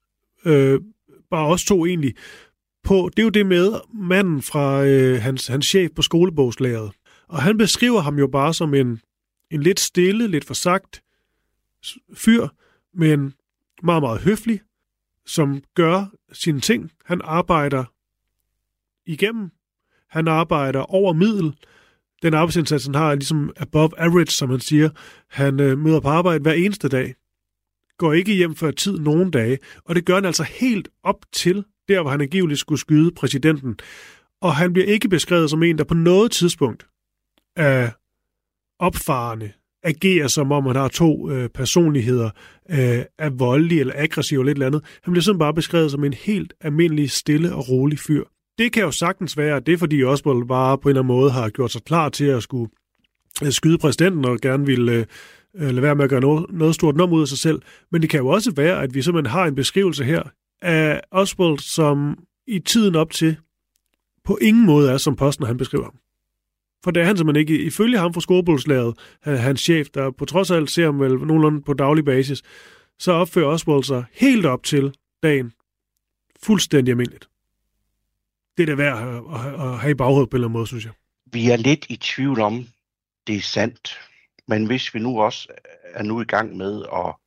bare os to egentlig, på, det er jo det med manden fra hans chef på skolebogslageret. Og han beskriver ham jo bare som en lidt stille, lidt forsagt fyr, men meget, meget høflig, som gør sine ting. Han arbejder igennem. Han arbejder over middel. Den arbejdsindsats, han har, er ligesom above average, som han siger. Han møder på arbejde hver eneste dag. Går ikke hjem før tid nogen dage. Og det gør han altså helt op til der, hvor han angiveligt skulle skyde præsidenten. Og han bliver ikke beskrevet som en, der på noget tidspunkt er opfarende, agerer som om han har to personligheder, er voldelig eller aggressiv eller et eller andet. Han bliver sådan bare beskrevet som en helt almindelig, stille og rolig fyr. Det kan jo sagtens være, at det er fordi Oswald bare på en eller anden måde har gjort sig klar til at skulle skyde præsidenten og gerne ville lade være med at gøre noget stort nummer ud af sig selv. Men det kan jo også være, at vi simpelthen har en beskrivelse her af Oswald, som i tiden op til på ingen måde er, som Posner han beskriver ham. For det er han simpelthen ikke. Ifølge ham fra skolebogslaget, hans chef, der på trods af alt ser ham vel nogenlunde på daglig basis, så opfører Oswald sig helt op til dagen fuldstændig almindeligt. Det er da værd at have i baghovedet på en eller anden måde, synes jeg. Vi er lidt i tvivl om, det er sandt. Men hvis vi nu også er nu i gang med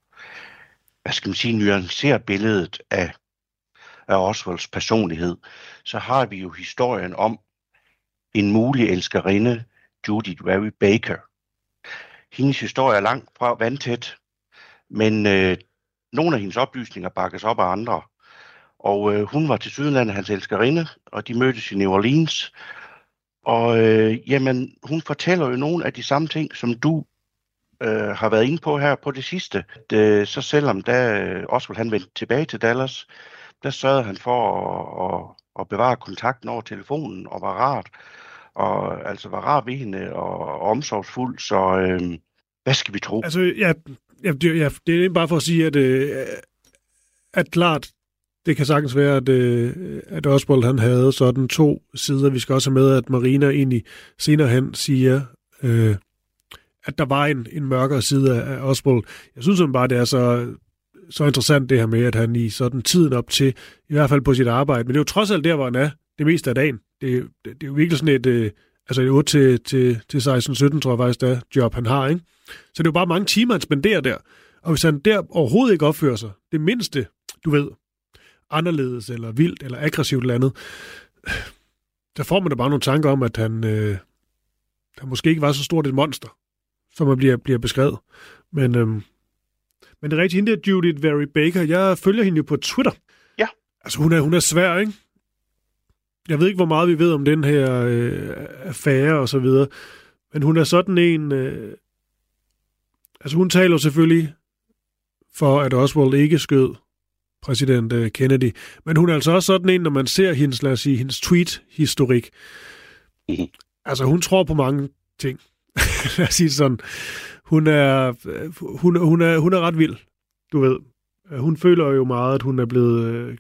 at, nuancere billedet af Oswalds personlighed, så har vi jo historien om en mulig elskerinde, Judith Vary Baker. Hendes historie er langt fra vandtæt, men nogle af hendes oplysninger bakkes op af andre. Og hun var tilsyneladende hans elskerinde, og de mødtes i New Orleans. Og hun fortæller jo nogle af de samme ting, som du har været inde på her på det sidste. Så selvom Oswald han vendte tilbage til Dallas, der sørgede han for at bevare kontakten over telefonen og var rart. Og altså var rar ved hende og omsorgsfuld, så hvad skal vi tro? Altså, det er bare for at sige, at klart, det kan sagtens være, at Oswald han havde sådan to sider. Vi skal også have med, at Marina egentlig senere hen siger, at der var en mørkere side af Oswald. Jeg synes bare, det er så interessant det her med, at han i sådan tiden op til, i hvert fald på sit arbejde, men det er jo trods alt der, hvor han er det meste af dagen. Det er jo virkelig sådan et 8 til 16-17, tror jeg faktisk, der job han har, ikke? Så det er jo bare mange timer, han spenderer der. Og hvis han der overhovedet ikke opfører sig, det mindste, du ved, anderledes eller vildt eller aggressivt eller andet, der får man da bare nogle tanker om, at han måske ikke var så stort et monster, som man bliver beskrevet. Men det er rigtigt, hende der Judith Vary Baker, jeg følger hende jo på Twitter. Ja. Altså hun er svær, ikke? Jeg ved ikke, hvor meget vi ved om den her affære og så videre, men hun er sådan en... hun taler selvfølgelig for, at Oswald ikke skød præsident Kennedy, men hun er altså også sådan en, når man ser hendes, lad os sige, hendes tweet-historik. Altså, hun tror på mange ting. Lad os sige sådan. Hun er ret vild, du ved. Hun føler jo meget, at hun er blevet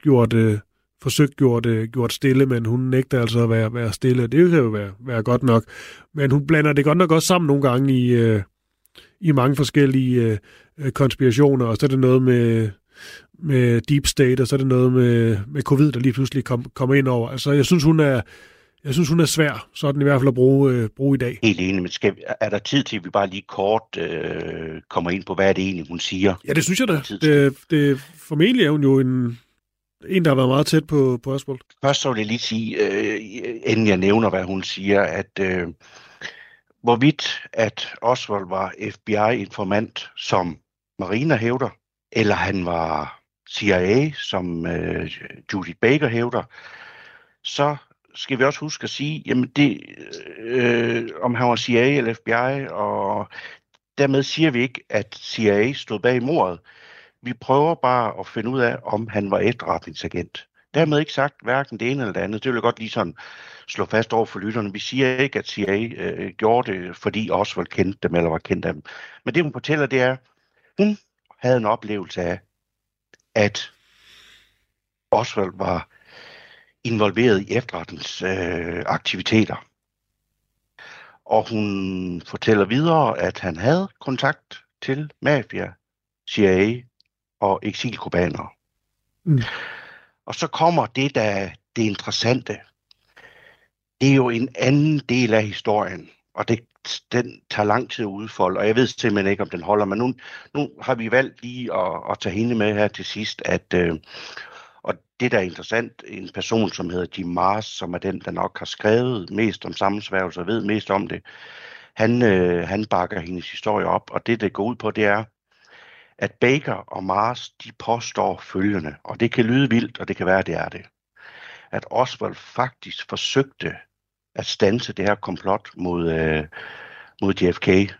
gjort stille, men hun nægter altså at være stille. Det kan jo være godt nok. Men hun blander det godt nok også sammen nogle gange i mange forskellige konspirationer, og så er det noget med deep state, og så er det noget med covid, der lige pludselig kommer ind over. Altså, jeg synes, hun er svær, sådan i hvert fald at bruge i dag. Helt enig, men er der tid til, at vi bare lige kort kommer ind på, hvad er det egentlig, hun siger? Ja, det synes jeg da. Det formentlig er hun jo en, der har været meget tæt på Oswald. Først så vil jeg lige sige, inden jeg nævner, hvad hun siger, at hvorvidt at Oswald var FBI-informant, som Marina hævder, eller han var CIA, som Judith Baker hævder, så skal vi også huske at sige, jamen om han var CIA eller FBI, og dermed siger vi ikke, at CIA stod bag mordet. Vi prøver bare at finde ud af, om han var efterretningsagent. Dermed ikke sagt hverken det ene eller det andet. Det vil jeg godt lige sådan slå fast over for lytterne. Vi siger ikke, at CIA gjorde det, fordi Oswald kendte dem eller var kendt af dem. Men det, hun fortæller, det er, hun havde en oplevelse af, at Oswald var involveret i efterretningsaktiviteter. Og hun fortæller videre, at han havde kontakt til mafia, CIA og eksilkubanere. Og så kommer det, der er det interessante. Det er jo en anden del af historien, og den tager lang tid at udfolde, og jeg ved simpelthen ikke, om den holder, men nu har vi valgt lige at tage hende med her til sidst, at og det, der er interessant, en person, som hedder Jim Marrs, som er den, der nok har skrevet mest om sammensværgelser og ved mest om det, han bakker hendes historie op, og det går ud på, det er, at Baker og Marrs, de påstår følgende, og det kan lyde vildt, og det kan være, det er det, at Oswald faktisk forsøgte at standse det her komplot mod JFK.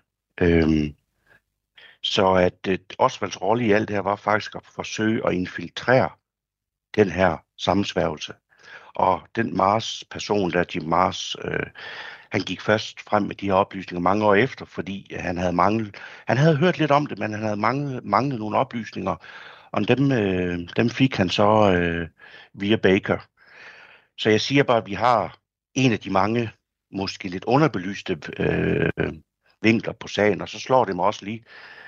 Så at Oswalds rolle i alt det her var faktisk at forsøge at infiltrere den her sammensværgelse. Og den Mars-person, der Jim Marrs, han gik først frem med de her oplysninger mange år efter, fordi han havde hørt lidt om det, men han havde manglet nogle oplysninger, og dem fik han så via Baker. Så jeg siger bare, at vi har en af de mange, måske lidt underbelyste vinkler på sagen, og så slår det mig også lige,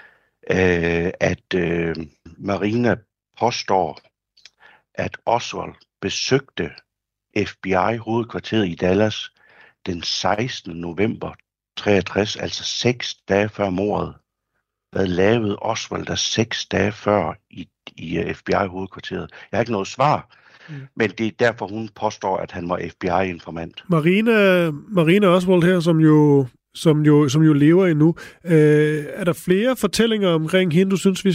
at Marina påstår, at Oswald besøgte FBI-hovedkvarteret i Dallas den 16. november 63, altså 6 dage før mordet. Hvad lavede Oswald der 6 dage før i FBI-hovedkvarteret? Jeg har ikke noget svar, men det er derfor, hun påstår, at han var FBI-informant. Marina Oswald her, som jo lever endnu. Er der flere fortællinger omkring hende, du synes, vi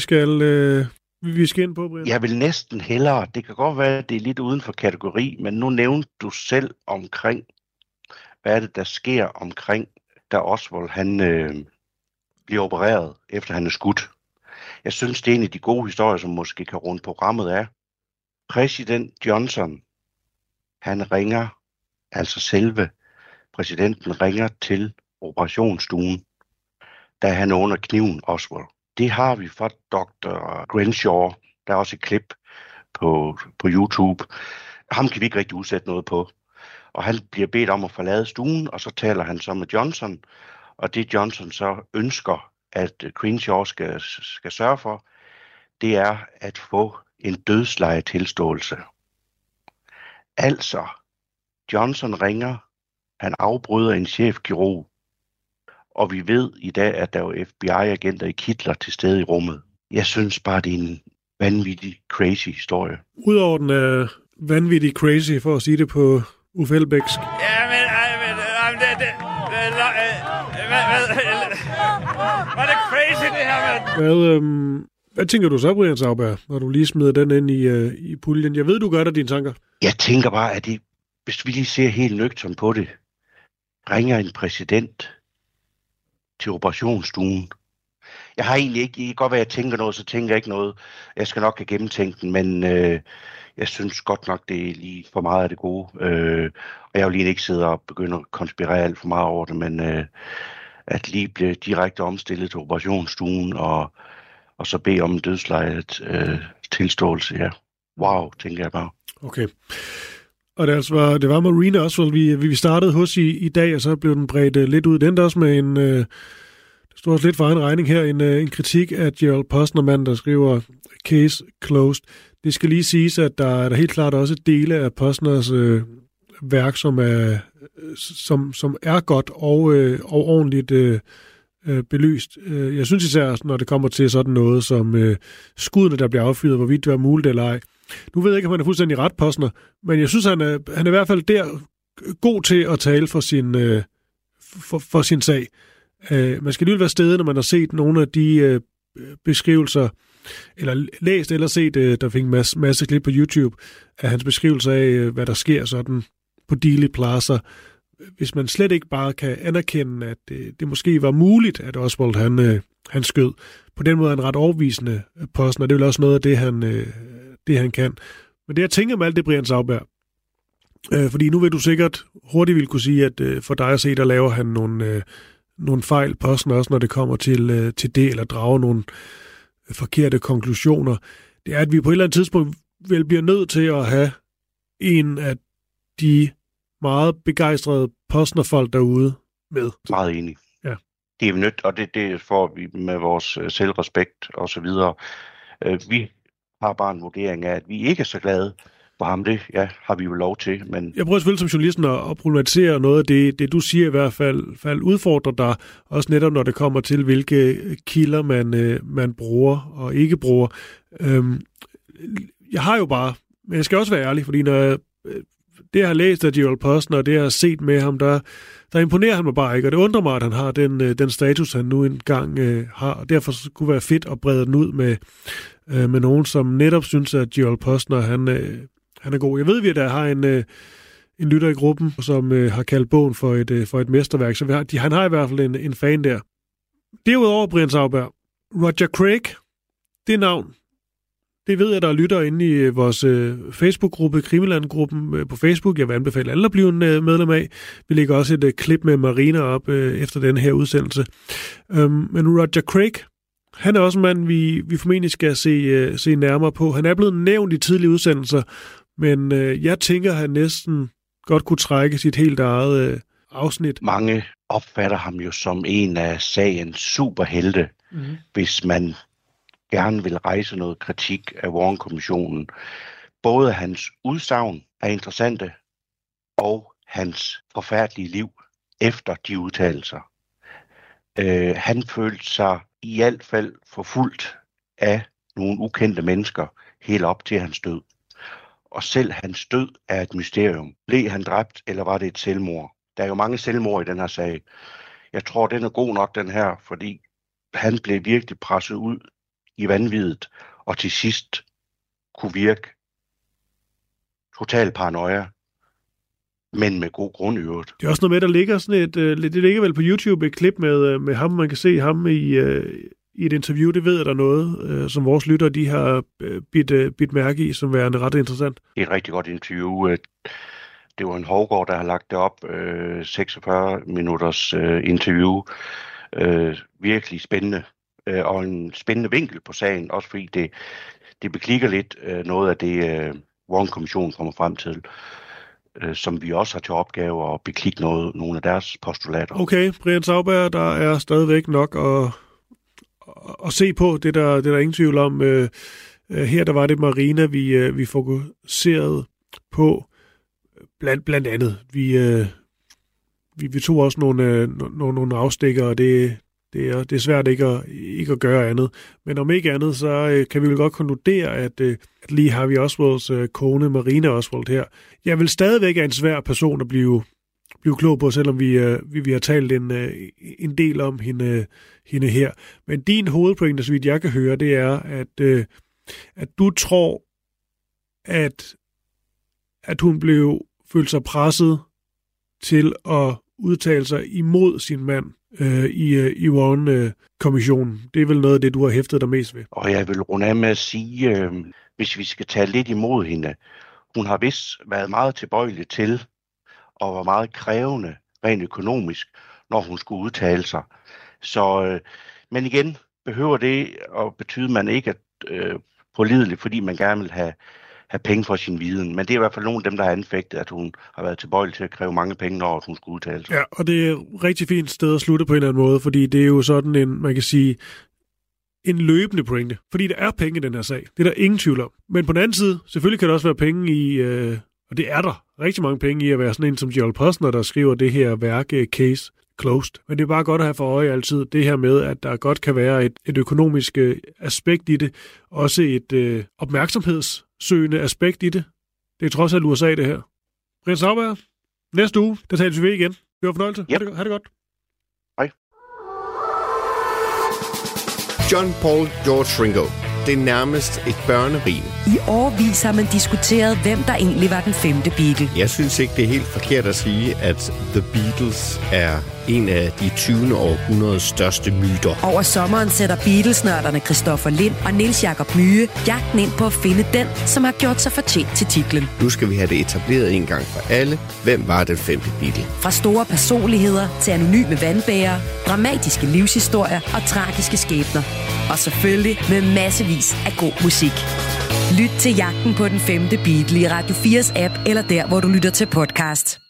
skal ind på, Brian? Jeg vil næsten hellere. Det kan godt være, at det er lidt uden for kategori, men nu nævnte du selv omkring, hvad er det, der sker omkring, da Oswald han bliver opereret, efter han er skudt. Jeg synes, det er en af de gode historier, som måske kan runde programmet af. Præsident Johnson, han ringer, altså selve præsidenten ringer til operationsstuen, da han er under kniven, Oswald. Det har vi fra Dr. Crenshaw. Der er også et klip på YouTube. Ham kan vi ikke rigtig udsætte noget på. Og han bliver bedt om at forlade stuen, og så taler han så med Johnson. Og det Johnson så ønsker, at Crenshaw skal sørge for, det er at få en dødslejetilståelse. Altså, Johnson ringer, han afbryder en chefkirurg, og vi ved i dag, at der er FBI-agenter i kitler til stede i rummet. Jeg synes bare, det er en vanvittig, crazy historie. Udover den vanvittig crazy, for at sige det på Uffe Elbæksk. Hvad er det crazy, det her, mand? Hvad tænker du så, Brian Sauberg, når du lige smider den ind i puljen? Jeg ved, du gør dig dine tanker. Jeg tænker bare, at hvis vi lige ser helt nøgternt på det, ringer en præsident til operationsstuen. Jeg har egentlig ikke, det kan godt være, at jeg tænker noget, så tænker jeg ikke noget. Jeg skal nok have gennemtænkt den, men jeg synes godt nok, det er lige for meget af det gode. Og jeg vil lige ikke sidde og begynde at konspirere alt for meget over det, men at lige blive direkte omstillet til operationsstuen, og så bede om en dødslejet tilståelse, ja. Wow, tænker jeg bare. Okay. Og det var Marina Oswald, vi startede hos i dag, og så blev den bredt lidt ud. Den der også med det står også lidt for egen regning her, en kritik af Gerald Posner, der skriver case closed. Det skal lige siges, at der er helt klart også dele af Posners værk, som er godt og ordentligt belyst. Jeg synes især, når det kommer til sådan noget som skuddene, der bliver affyret, hvorvidt det var muligt eller ej. Nu ved jeg ikke, om han er fuldstændig ret, Posner, men jeg synes, han er i hvert fald der god til at tale for sin sag. Man skal lige være stedet, når man har set nogle af de beskrivelser, eller læst eller set, der fik en masse klip på YouTube af hans beskrivelse af, hvad der sker sådan på Dealey Plaza. Hvis man slet ikke bare kan anerkende, at det måske var muligt, at Oswald han skød. På den måde er han ret overbevisende posten, og det er vel også noget af det, han kan. Men det, jeg tænker med alt det, Brian Sauberg, fordi nu vil du sikkert hurtigt ville kunne sige, at for dig at se, der laver han nogle fejl posten også, når det kommer til det, eller drager nogle forkerte konklusioner. Det er, at vi på et eller andet tidspunkt vel bliver nødt til at have en af de meget begejstrede postnerfolk derude med. Meget enig. Ja. Det er vi nødt, og det får vi med vores selvrespekt og så videre. Vi har bare en vurdering af, at vi ikke er så glade for ham. Det har vi jo lov til. Men jeg prøver selvfølgelig som journalisten at problematisere noget af det du siger i hvert fald udfordrer dig, også netop når det kommer til, hvilke kilder man bruger og ikke bruger. Jeg har jo bare, men jeg skal også være ærlig, fordi når det, jeg har læst af Gerald Posner, og det, jeg har set med ham, der imponerer han mig bare ikke, og det undrer mig, at han har den status, han nu engang har, og derfor kunne det være fedt at brede den ud med nogen, som netop synes, at Gerald Posner, han er god. Jeg ved, at der har en lytter i gruppen, som har kaldt bogen for et mesterværk, så han har i hvert fald en fan der. Derudover, Brian Sauberg, Roger Craig, det navn, det ved jeg, der er lytter inde i vores Facebook-gruppe, Krimiland-gruppen på Facebook. Jeg vil anbefale alle at blive en medlem af. Vi lægger også et klip med Marina op efter den her udsendelse. Men Roger Craig, han er også en mand, vi formentlig skal se nærmere på. Han er blevet nævnt i tidlige udsendelser, men jeg tænker, at han næsten godt kunne trække sit helt eget afsnit. Mange opfatter ham jo som en af sagens superhelte, hvis man gerne vil rejse noget kritik af Warren-kommissionen. Både hans udsagn er interessante, og hans forfærdelige liv efter de udtalelser. Han følte sig i hvert fald forfulgt af nogle ukendte mennesker helt op til hans død. Og selv hans død er et mysterium. Blev han dræbt, eller var det et selvmord? Der er jo mange selvmord i den her sag. Jeg tror, den er god nok, den her, fordi han blev virkelig presset ud i vanviddet, og til sidst kunne virke total paranoia, men med god grund i øvrigt. Det er også noget med, der ligger sådan det ligger vel på YouTube et klip med ham, man kan se ham i et interview, det ved jeg der noget, som vores lyttere, de har bidt mærke i, som værende ret interessant. Det er et rigtig godt interview. Det var en Hovgaard, der har lagt det op, 46 minutters interview. Virkelig spændende. Og en spændende vinkel på sagen, også fordi det beklikker lidt noget af det, Warren-kommissionen kommer frem til, som vi også har til opgave at beklikke nogle af deres postulater. Okay, Brian Sauberg, der er stadigvæk nok at se på, det der er ingen tvivl om. Her der var det Marina, vi fokuserede på, blandt andet. Vi tog også nogle afstikker, og det er svært ikke at gøre andet. Men om ikke andet, så kan vi vel godt konkludere, at lige har vi Oswalds kone, Marina Oswald her. Jeg vil stadigvæk er en svær person at blive klog på, selvom vi har talt en del om hende her. Men din hovedpointe, så vidt jeg kan høre, det er, at du tror, at hun følte sig presset til at udtale sig imod sin mand i Warren-kommissionen. Det er vel noget af det, du har hæftet dig mest ved. Og jeg vil runde af med at sige, hvis vi skal tale lidt imod hende, hun har vist været meget tilbøjelig til og var meget krævende rent økonomisk, når hun skulle udtale sig. Så, men igen, behøver det at betyde, at man ikke er pålidelig, fordi man gerne vil have penge for sin viden. Men det er i hvert fald nogle af dem, der har anfægtet, at hun har været tilbøjelig til at kræve mange penge, når hun skulle udtale sig. Ja, og det er et rigtig fint sted at slutte på en eller anden måde, fordi det er jo sådan man kan sige, en løbende pointe. Fordi der er penge i den her sag. Det er der ingen tvivl om. Men på den anden side, selvfølgelig kan der også være penge i, og det er der rigtig mange penge i at være sådan en som Gerald Posner, der skriver det her værk, Case Closed. Men det er bare godt at have for øje altid det her med, at der godt kan være et økonomisk aspekt i det. Også et opmærksomhedssøgende aspekt i det. Det er trods alt USA, det her. Brian Sauberg, næste uge, der taler vi ved igen. Det var fornøjelse. Yep. Ha' det godt. Hej. John Paul George Ringo. Det er nærmest et børnerim. I årevis har man diskuteret, hvem der egentlig var den 5. Beatle. Jeg synes ikke, det er helt forkert at sige, at The Beatles er en af de 20. århundredes største myter. Over sommeren sætter Beatles-nørderne Christoffer Lind og Niels Jakob Myhe jagten ind på at finde den, som har gjort sig fortjent til titlen. Nu skal vi have det etableret en gang for alle. Hvem var den 5. Beatle? Fra store personligheder til anonyme vandbærere, dramatiske livshistorier og tragiske skæbner. Og selvfølgelig med massevis af god musik. Lyt til jagten på den 5. Beatle i Radio 4's app eller der, hvor du lytter til podcast.